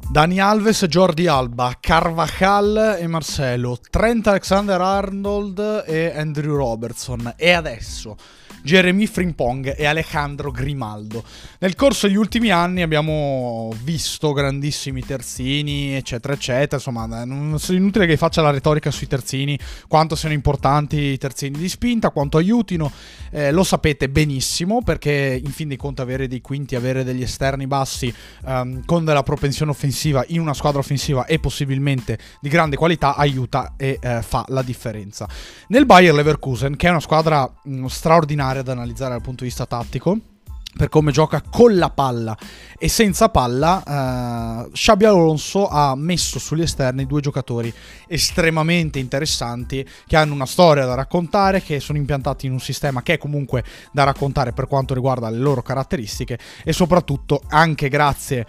Dani Alves, Jordi Alba, Carvajal e Marcelo, Trent Alexander-Arnold e Andrew Robertson. E adesso Jeremy Frimpong e Alejandro Grimaldo. Nel corso degli ultimi anni abbiamo visto grandissimi terzini, eccetera, eccetera. Insomma, non è inutile che faccia la retorica sui terzini, quanto siano importanti i terzini di spinta, quanto aiutino. Lo sapete benissimo, perché in fin dei conti avere dei quinti, avere degli esterni bassi con della propensione offensiva in una squadra offensiva e possibilmente di grande qualità aiuta e fa la differenza. Nel Bayer Leverkusen, che è una squadra straordinaria da analizzare dal punto di vista tattico, per come gioca con la palla e senza palla, Xabi Alonso ha messo sugli esterni due giocatori estremamente interessanti, che hanno una storia da raccontare, che sono impiantati in un sistema che è comunque da raccontare per quanto riguarda le loro caratteristiche, e soprattutto anche grazie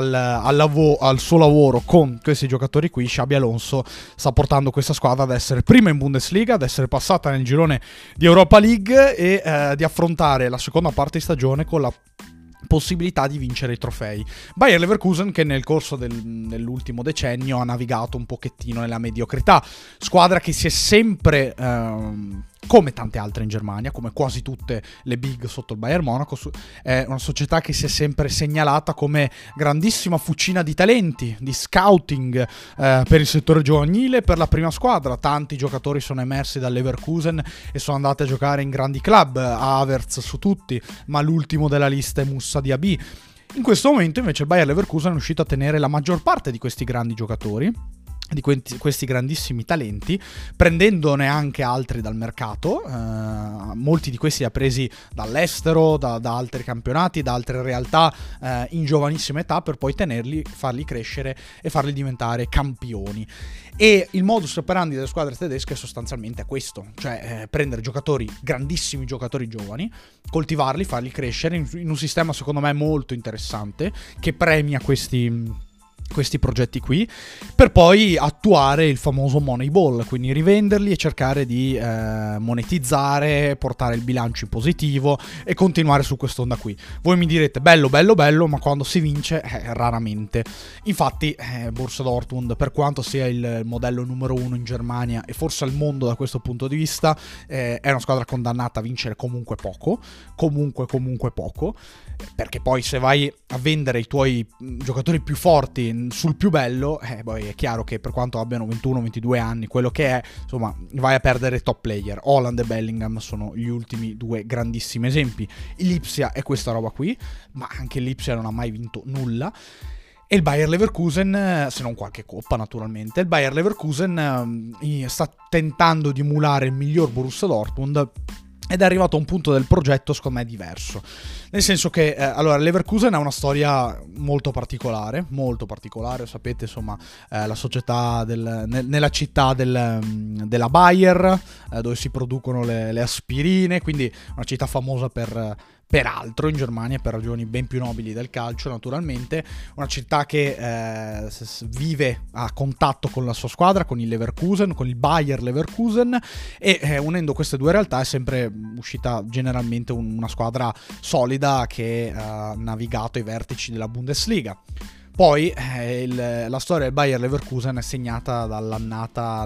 al suo lavoro con questi giocatori qui, Xabi Alonso sta portando questa squadra ad essere prima in Bundesliga, ad essere passata nel girone di Europa League e di affrontare la seconda parte di stagione con la possibilità di vincere i trofei. Bayer Leverkusen, che nel corso dell'ultimo decennio ha navigato un pochettino nella mediocrità, squadra che si è sempre come tante altre in Germania, come quasi tutte le big sotto il Bayern Monaco, è una società che si è sempre segnalata come grandissima fucina di talenti, di scouting per il settore giovanile, per la prima squadra. Tanti giocatori sono emersi dal Leverkusen e sono andati a giocare in grandi club, Havertz su tutti, ma l'ultimo della lista è Moussa Diaby. In questo momento invece il Bayer Leverkusen è riuscito a tenere la maggior parte di questi grandi giocatori, di questi grandissimi talenti, prendendone anche altri dal mercato. Molti di questi li ha presi dall'estero, da altri campionati, da altre realtà in giovanissima età, per poi tenerli, farli crescere e farli diventare campioni. E il modus operandi delle squadre tedesche sostanzialmente è questo, cioè prendere giocatori, grandissimi giocatori giovani, coltivarli, farli crescere in un sistema secondo me molto interessante, che premia questi progetti qui, per poi attuare il famoso Moneyball, quindi rivenderli e cercare di monetizzare, portare il bilancio in positivo e continuare su quest'onda qui. Voi mi direte bello, ma quando si vince raramente. Infatti Borussia Dortmund, per quanto sia il modello numero uno in Germania e forse al mondo da questo punto di vista, è una squadra condannata a vincere comunque poco, perché poi se vai a vendere i tuoi giocatori più forti sul più bello, poi è chiaro che per quanto abbiano 21-22 anni, quello che è, insomma, vai a perdere top player. Haaland e Bellingham sono gli ultimi due grandissimi esempi. Il Lipsia è questa roba qui, ma anche il Lipsia non ha mai vinto nulla. E il Bayer Leverkusen, se non qualche coppa naturalmente, il Bayer Leverkusen sta tentando di emulare il miglior Borussia Dortmund, ed è arrivato a un punto del progetto secondo me diverso, nel senso che allora Leverkusen ha una storia molto particolare, sapete, insomma, la società nella città della Bayer, dove si producono le aspirine, quindi una città famosa peraltro in Germania per ragioni ben più nobili del calcio, naturalmente, una città che vive a contatto con la sua squadra, con il Leverkusen, con il Bayer Leverkusen, e unendo queste due realtà è sempre uscita generalmente una squadra solida che ha navigato ai vertici della Bundesliga. Poi la storia del Bayer Leverkusen è segnata dall'annata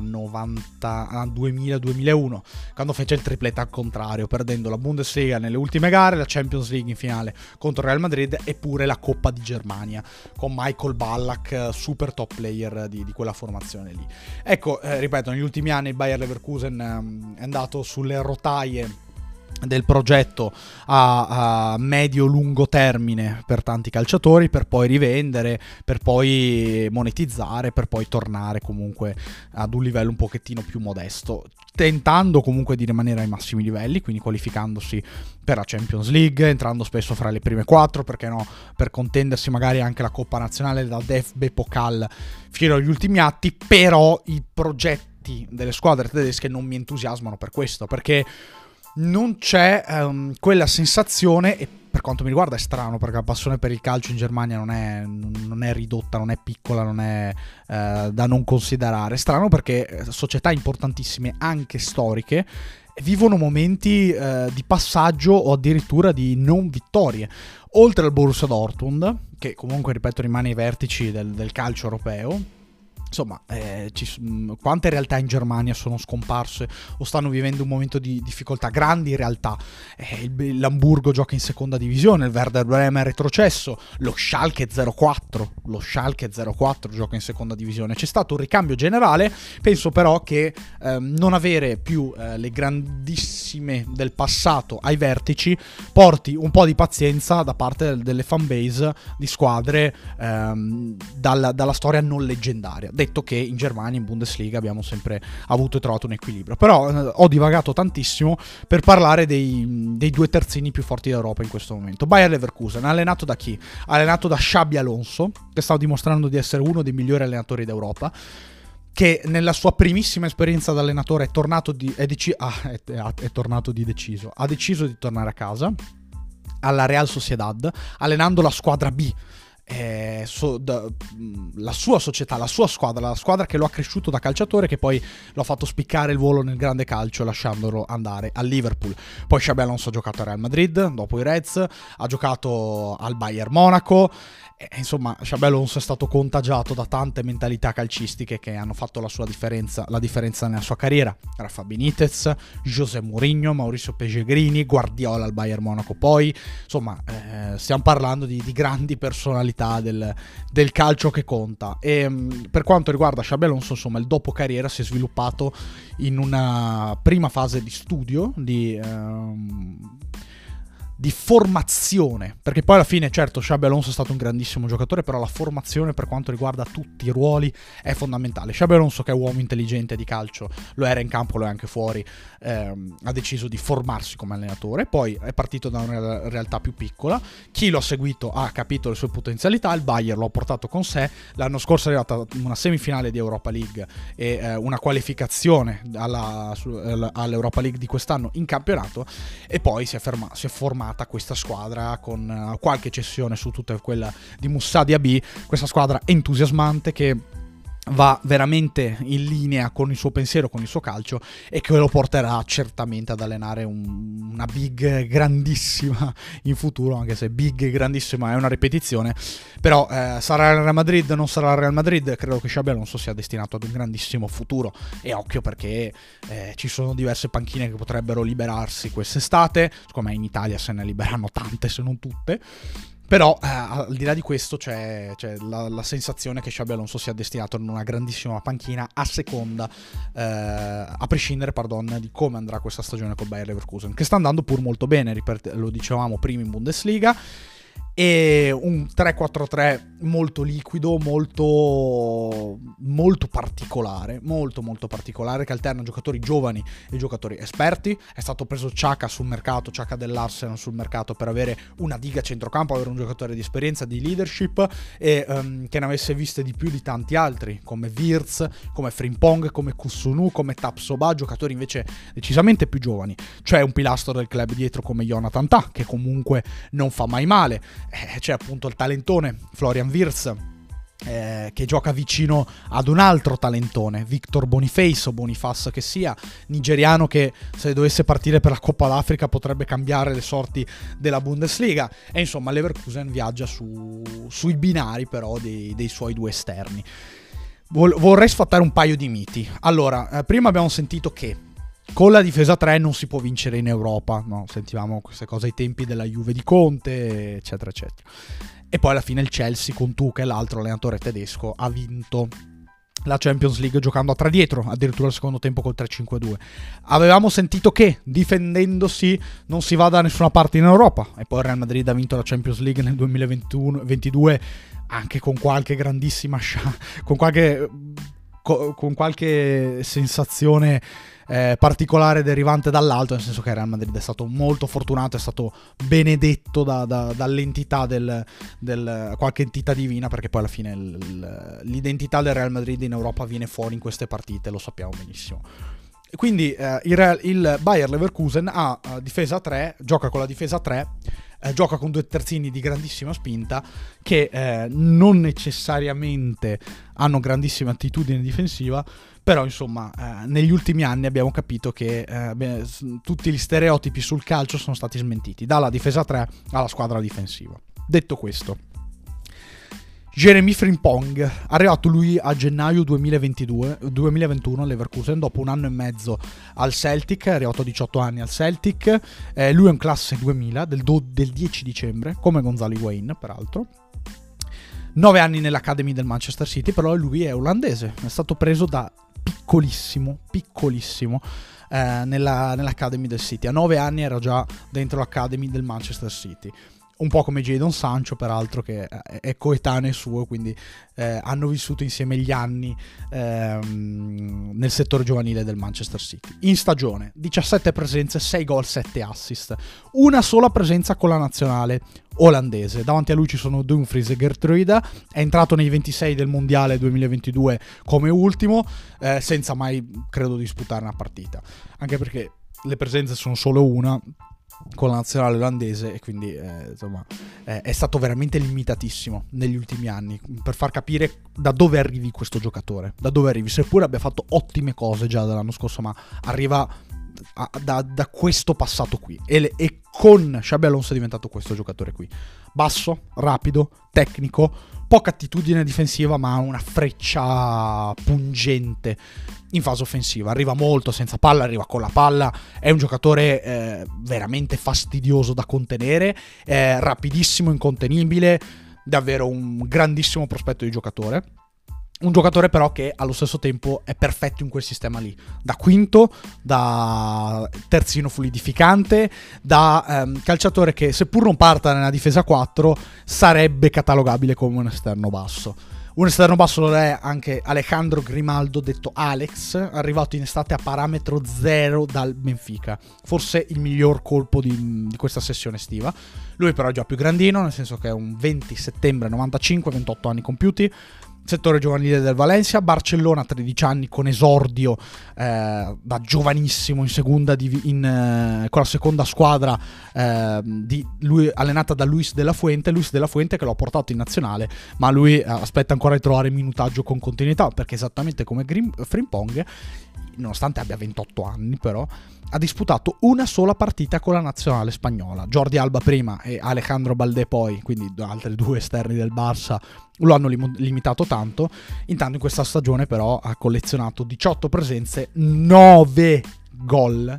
2000-2001, quando fece il triplete al contrario, perdendo la Bundesliga nelle ultime gare, la Champions League in finale contro il Real Madrid e pure la Coppa di Germania, con Michael Ballack, super top player di quella formazione lì. Ecco, ripeto, negli ultimi anni il Bayer Leverkusen è andato sulle rotaie del progetto a medio-lungo termine per tanti calciatori, per poi rivendere, per poi monetizzare, per poi tornare comunque ad un livello un pochettino più modesto, tentando comunque di rimanere ai massimi livelli, quindi qualificandosi per la Champions League, entrando spesso fra le prime 4, perché no, per contendersi magari anche la Coppa Nazionale, la DFB Pokal fino agli ultimi atti. Però i progetti delle squadre tedesche non mi entusiasmano per questo, perché non c'è quella sensazione, e per quanto mi riguarda è strano, perché la passione per il calcio in Germania non è ridotta, non è piccola, non è da non considerare. È strano perché società importantissime, anche storiche, vivono momenti di passaggio o addirittura di non vittorie. Oltre al Borussia Dortmund, che comunque, ripeto, rimane ai vertici del calcio europeo. Insomma, quante realtà in Germania sono scomparse o stanno vivendo un momento di difficoltà? Grandi realtà. L'Hamburgo gioca in seconda divisione, il Werder Bremen è retrocesso, lo Schalke 04 gioca in seconda divisione. C'è stato un ricambio generale, penso però che non avere più le grandissime del passato ai vertici porti un po' di pazienza da parte delle fanbase di squadre dalla storia non leggendaria. Detto che in Germania, in Bundesliga, abbiamo sempre avuto e trovato un equilibrio. Però ho divagato tantissimo per parlare dei due terzini più forti d'Europa in questo momento. Bayer Leverkusen, allenato da chi? Allenato da Xabi Alonso, che sta dimostrando di essere uno dei migliori allenatori d'Europa, che nella sua primissima esperienza da allenatore ha deciso di tornare a casa alla Real Sociedad, allenando la squadra B. La sua società, la sua squadra, la squadra che lo ha cresciuto da calciatore, che poi lo ha fatto spiccare il volo nel grande calcio lasciandolo andare al Liverpool. Poi Xabi Alonso ha giocato a Real Madrid, dopo i Reds, ha giocato al Bayern Monaco. Insomma, Xabi Alonso è stato contagiato da tante mentalità calcistiche che hanno fatto la differenza nella sua carriera. Rafa Benitez, José Mourinho, Mauricio Pellegrini, Guardiola al Bayern Monaco. Poi, insomma, stiamo parlando di grandi personalità del calcio che conta. E per quanto riguarda Xabi Alonso, insomma, il dopo carriera si è sviluppato in una prima fase di studio, di formazione, perché poi alla fine, certo, Xabi Alonso è stato un grandissimo giocatore, però la formazione per quanto riguarda tutti i ruoli è fondamentale. Xabi Alonso, che è uomo intelligente di calcio, lo era in campo, lo è anche fuori, ha deciso di formarsi come allenatore. Poi è partito da una realtà più piccola, chi lo ha seguito ha capito le sue potenzialità, il Bayern lo ha portato con sé. L'anno scorso è arrivata una semifinale di Europa League e una qualificazione all'Europa League di quest'anno in campionato, e poi si è formata questa squadra con qualche cessione su tutta quella di Moussa Diaby, questa squadra entusiasmante che va veramente in linea con il suo pensiero, con il suo calcio, e che lo porterà certamente ad allenare una big grandissima in futuro, anche se big grandissima è una ripetizione. Però sarà il Real Madrid, non sarà il Real Madrid, credo che Xabi Alonso sia destinato ad un grandissimo futuro, e occhio perché ci sono diverse panchine che potrebbero liberarsi quest'estate. Secondo me in Italia se ne liberano tante, se non tutte. Però al di là di questo c'è la sensazione che Xabi Alonso sia destinato in una grandissima panchina, a prescindere di come andrà questa stagione col Bayer Leverkusen, che sta andando pur molto bene, lo dicevamo prima in Bundesliga. E un 3-4-3 molto liquido, molto particolare, molto particolare, che alterna giocatori giovani e giocatori esperti. È stato preso Xhaka dell'Arsenal sul mercato per avere una diga a centrocampo, avere un giocatore di esperienza, di leadership, e che ne avesse viste di più di tanti altri, come Wirtz, come Frimpong, come Kusunu, come Tapsoba, giocatori invece decisamente più giovani. C'è un pilastro del club dietro come Jonathan Tah, che comunque non fa mai male. C'è appunto il talentone Florian Wirtz, che gioca vicino ad un altro talentone, Victor Boniface o Boniface che sia, nigeriano, che se dovesse partire per la Coppa d'Africa potrebbe cambiare le sorti della Bundesliga. E insomma Leverkusen viaggia sui binari però dei suoi due esterni. Vorrei sfatare un paio di miti. Allora, prima abbiamo sentito che con la difesa 3 non si può vincere in Europa, no? Sentivamo queste cose ai tempi della Juve di Conte, eccetera eccetera. E poi alla fine il Chelsea, con Tuchel, l'altro allenatore tedesco, ha vinto la Champions League giocando a 3 dietro, addirittura al secondo tempo col 3-5-2. Avevamo sentito che difendendosi non si va da nessuna parte in Europa, e poi il Real Madrid ha vinto la Champions League nel 2021-22 anche con qualche grandissima con qualche sensazione particolare derivante dall'alto, nel senso che il Real Madrid è stato molto fortunato, è stato benedetto dall'entità qualche entità divina, perché poi alla fine l'identità del Real Madrid in Europa viene fuori in queste partite, lo sappiamo benissimo. Quindi il Bayer Leverkusen ha difesa 3, gioca con la difesa 3, gioca con due terzini di grandissima spinta che non necessariamente hanno grandissima attitudine difensiva, però insomma negli ultimi anni abbiamo capito che tutti gli stereotipi sul calcio sono stati smentiti, dalla difesa 3 alla squadra difensiva. Detto questo, Jeremy Frimpong, arrivato lui a gennaio 2021 a Leverkusen, dopo un anno e mezzo al Celtic, è arrivato a 18 anni al Celtic, lui è un classe 2000 del 10 dicembre, come Gonzalo Higuain peraltro, 9 anni nell'Academy del Manchester City, però lui è olandese, è stato preso da piccolissimo nell'Academy del City, a 9 anni era già dentro l'Academy del Manchester City. Un po' come Jadon Sancho, peraltro, che è coetaneo suo, quindi hanno vissuto insieme gli anni nel settore giovanile del Manchester City. In stagione, 17 presenze, 6 gol, 7 assist. Una sola presenza con la nazionale olandese. Davanti a lui ci sono Dumfries e Gertruida. È entrato nei 26 del Mondiale 2022 come ultimo, senza mai, credo, disputare una partita. Anche perché le presenze sono solo una con la nazionale olandese, e quindi insomma è stato veramente limitatissimo negli ultimi anni, per far capire da dove arrivi questo giocatore, da dove arrivi, seppure abbia fatto ottime cose già dall'anno scorso, ma arriva da questo passato qui, e con Xabi Alonso è diventato questo giocatore qui, basso, rapido, tecnico, poca attitudine difensiva, ma una freccia pungente in fase offensiva, arriva molto senza palla, arriva con la palla, è un giocatore veramente fastidioso da contenere, rapidissimo, incontenibile, davvero un grandissimo prospetto di giocatore. Un giocatore però che allo stesso tempo è perfetto in quel sistema lì, da quinto, da terzino fluidificante, da calciatore che seppur non parta nella difesa 4 sarebbe catalogabile come un esterno basso. Un esterno basso lo è anche Alejandro Grimaldo, detto Alex, arrivato in estate a parametro 0 dal Benfica, forse il miglior colpo di questa sessione estiva. Lui però è già più grandino, nel senso che è un 20 settembre 95, 28 anni compiuti, settore giovanile del Valencia, Barcellona, 13 anni, con esordio da giovanissimo in seconda con la seconda squadra lui, allenata da Luis de la Fuente che l'ha portato in nazionale, ma lui aspetta ancora di trovare minutaggio con continuità, perché esattamente come Frimpong, nonostante abbia 28 anni però, ha disputato una sola partita con la nazionale spagnola. Jordi Alba prima e Alejandro Balde poi, quindi altri due esterni del Barça, lo hanno limitato tanto. Intanto in questa stagione però ha collezionato 18 presenze, 9 gol,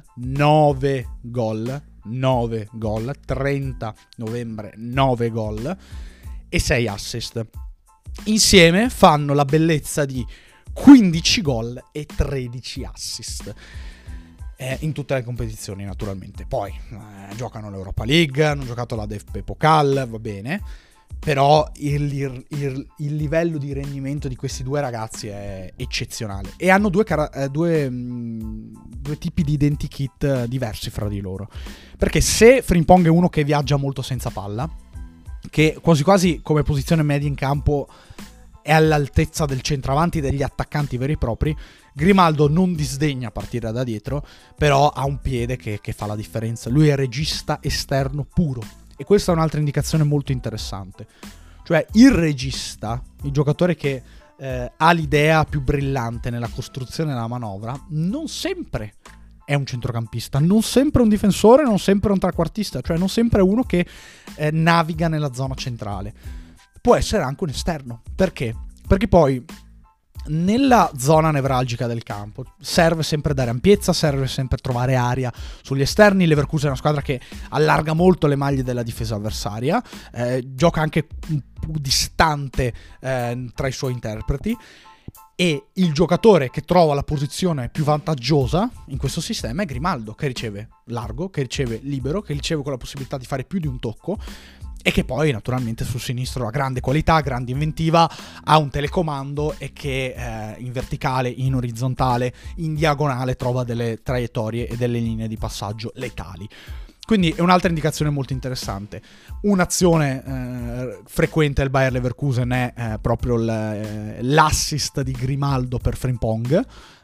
30 novembre 9 gol e 6 assist. Insieme fanno la bellezza di 15 gol e 13 assist. In tutte le competizioni naturalmente. Poi giocano l'Europa League, hanno giocato la DFB Pokal, va bene, però il livello di rendimento di questi due ragazzi è eccezionale, e hanno due tipi di identikit diversi fra di loro, perché se Frimpong è uno che viaggia molto senza palla, che quasi quasi come posizione media in campo è all'altezza del centravanti, degli attaccanti veri e propri, Grimaldo non disdegna partire da dietro, però ha un piede che fa la differenza. Lui è regista esterno puro, e questa è un'altra indicazione molto interessante. Cioè il regista, il giocatore che ha l'idea più brillante nella costruzione della manovra, non sempre è un centrocampista, non sempre un difensore, non sempre un trequartista, cioè non sempre è uno che naviga nella zona centrale. Può essere anche un esterno. Perché? Perché poi nella zona nevralgica del campo serve sempre dare ampiezza, serve sempre trovare aria sugli esterni. Leverkusen è una squadra che allarga molto le maglie della difesa avversaria, gioca anche un po' distante tra i suoi interpreti, e il giocatore che trova la posizione più vantaggiosa in questo sistema è Grimaldo, che riceve largo, che riceve libero, che riceve con la possibilità di fare più di un tocco, e che poi naturalmente sul sinistro ha grande qualità, grande inventiva, ha un telecomando, e che in verticale, in orizzontale, in diagonale trova delle traiettorie e delle linee di passaggio letali. Quindi è un'altra indicazione molto interessante. Un'azione frequente del Bayer Leverkusen è proprio l'assist di Grimaldo per Frimpong,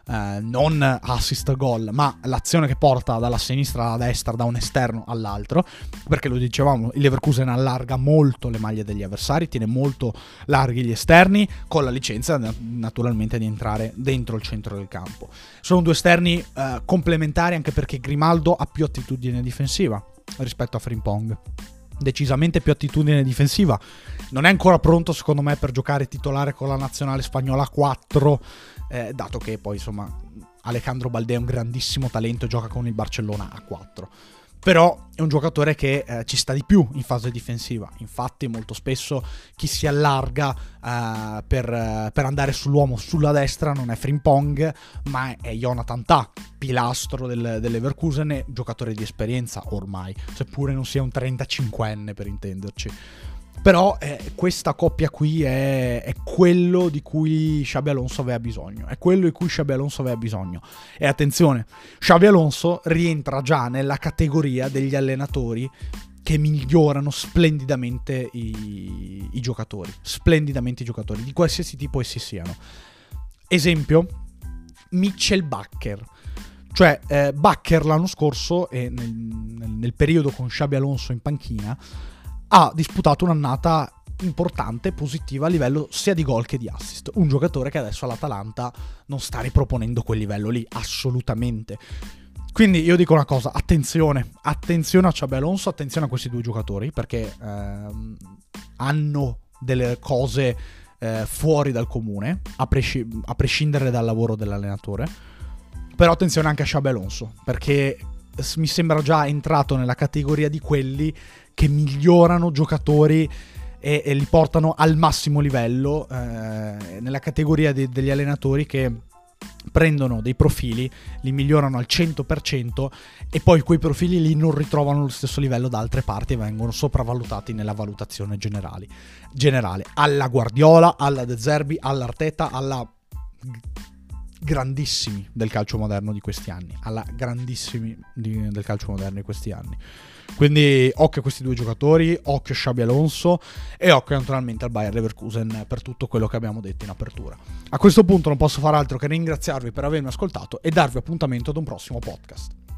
non assist gol, ma l'azione che porta dalla sinistra alla destra, da un esterno all'altro, perché lo dicevamo, il Leverkusen allarga molto le maglie degli avversari, tiene molto larghi gli esterni, con la licenza naturalmente di entrare dentro il centro del campo. Sono due esterni complementari, anche perché Grimaldo ha più attitudine difensiva rispetto a Frimpong, decisamente più attitudine difensiva. Non è ancora pronto, secondo me, per giocare titolare con la nazionale spagnola a 4, dato che poi, insomma, Alejandro Balde è un grandissimo talento e gioca con il Barcellona a 4. Però è un giocatore che ci sta di più in fase difensiva. Infatti molto spesso chi si allarga per andare sull'uomo sulla destra non è Frimpong, ma è Jonathan Tah, pilastro del Leverkusen e giocatore di esperienza ormai, seppure non sia un 35enne, per intenderci. Però questa coppia qui è quello di cui Xabi Alonso aveva bisogno. È quello di cui Xabi Alonso aveva bisogno. E attenzione, Xabi Alonso rientra già nella categoria degli allenatori che migliorano splendidamente i giocatori. Splendidamente i giocatori, di qualsiasi tipo essi siano. Esempio, Mitchell Bakker. Cioè, Bakker l'anno scorso, e nel periodo con Xabi Alonso in panchina, ha disputato un'annata importante, positiva a livello sia di gol che di assist. Un giocatore che adesso all'Atalanta non sta riproponendo quel livello lì, assolutamente. Quindi io dico una cosa, attenzione a Xabi Alonso, attenzione a questi due giocatori, perché hanno delle cose fuori dal comune, a prescindere dal lavoro dell'allenatore. Però attenzione anche a Xabi Alonso, perché mi sembra già entrato nella categoria di quelli che migliorano giocatori e li portano al massimo livello, nella categoria degli allenatori che prendono dei profili, li migliorano al 100% e poi quei profili lì non ritrovano lo stesso livello da altre parti e vengono sopravvalutati nella valutazione generale. Alla Guardiola, alla De Zerbi, all'Arteta, alla grandissimi del calcio moderno di questi anni, del calcio moderno di questi anni. Quindi occhio a questi due giocatori, occhio a Xabi Alonso e occhio naturalmente al Bayer Leverkusen per tutto quello che abbiamo detto in apertura. A questo punto non posso fare altro che ringraziarvi per avermi ascoltato e darvi appuntamento ad un prossimo podcast.